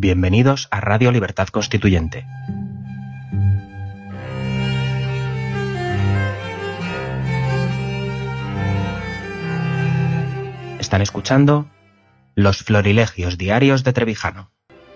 Bienvenidos a Radio Libertad Constituyente. Están escuchando Los Florilegios Diarios de Trevijano.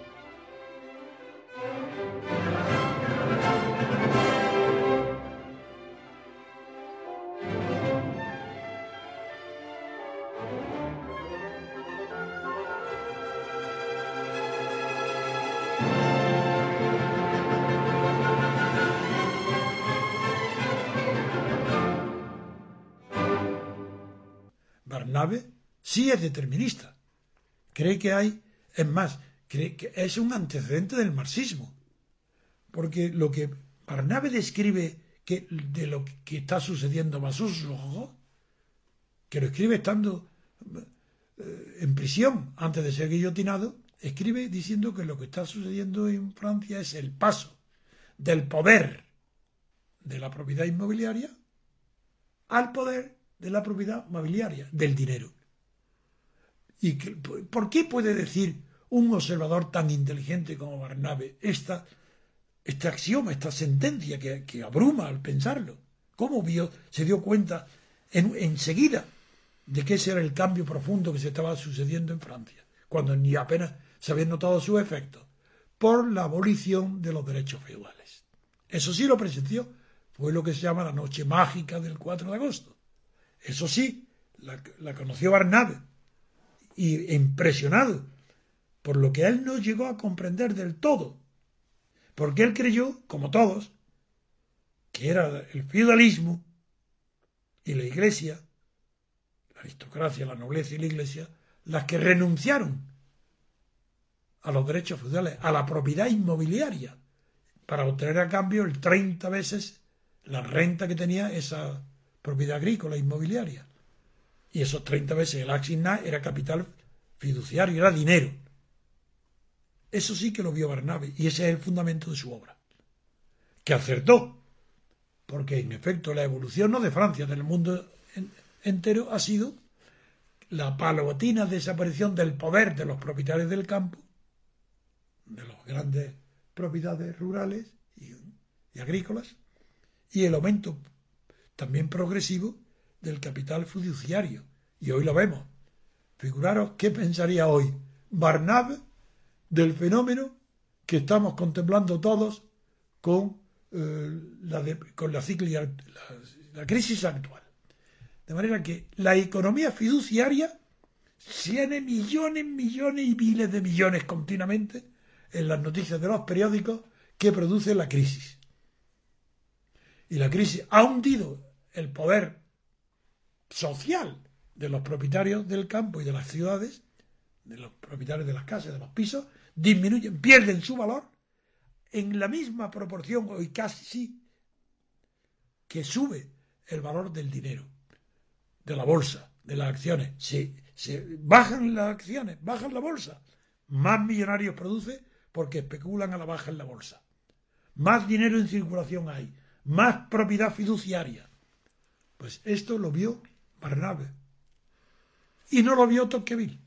Barnabe sí es determinista. Cree que hay, es más, cree que es un antecedente del marxismo. Porque lo que Barnabe describe de lo que está sucediendo bajo sus ojos, que lo escribe estando en prisión antes de ser guillotinado, escribe diciendo que lo que está sucediendo en Francia es el paso del poder de la propiedad inmobiliaria al poder de la propiedad mobiliaria, del dinero. ¿Y por qué puede decir un observador tan inteligente como Barnabe este axioma, esta sentencia que abruma al pensarlo? ¿Cómo se dio cuenta enseguida de que ese era el cambio profundo que se estaba sucediendo en Francia, cuando ni apenas se habían notado sus efectos? Por la abolición de los derechos feudales. Eso sí lo presenció. Fue lo que se llama la noche mágica del 4 de agosto. Eso sí, la conoció Barnabe, y impresionado por lo que él no llegó a comprender del todo, porque él creyó, como todos, que era el feudalismo y la Iglesia, la aristocracia, la nobleza y la Iglesia, las que renunciaron a los derechos feudales, a la propiedad inmobiliaria, para obtener a cambio el 30 veces la renta que tenía esa propiedad agrícola inmobiliaria. Y esos 30 veces el axignat era capital fiduciario, era dinero. Eso sí que lo vio Barnabe, y ese es el fundamento de su obra. Que acertó, porque en efecto la evolución no de Francia, del mundo entero, ha sido la paulatina desaparición del poder de los propietarios del campo, de las grandes propiedades rurales y agrícolas, y el aumento también progresivo del capital fiduciario. Y hoy lo vemos. Figuraros qué pensaría hoy Barnabe del fenómeno que estamos contemplando todos con la crisis actual. De manera que la economía fiduciaria tiene millones y miles de millones continuamente en las noticias de los periódicos que produce la crisis. Y la crisis ha hundido el poder social de los propietarios del campo y de las ciudades, de los propietarios de las casas, de los pisos, disminuyen, pierden su valor en la misma proporción, o casi, que sube el valor del dinero, de la bolsa, de las acciones. Se bajan las acciones, bajan la bolsa, más millonarios produce porque especulan a la baja en la bolsa. Más dinero en circulación hay, más propiedad fiduciaria. Pues esto lo vio Barnabe. Y no lo vio Tocqueville.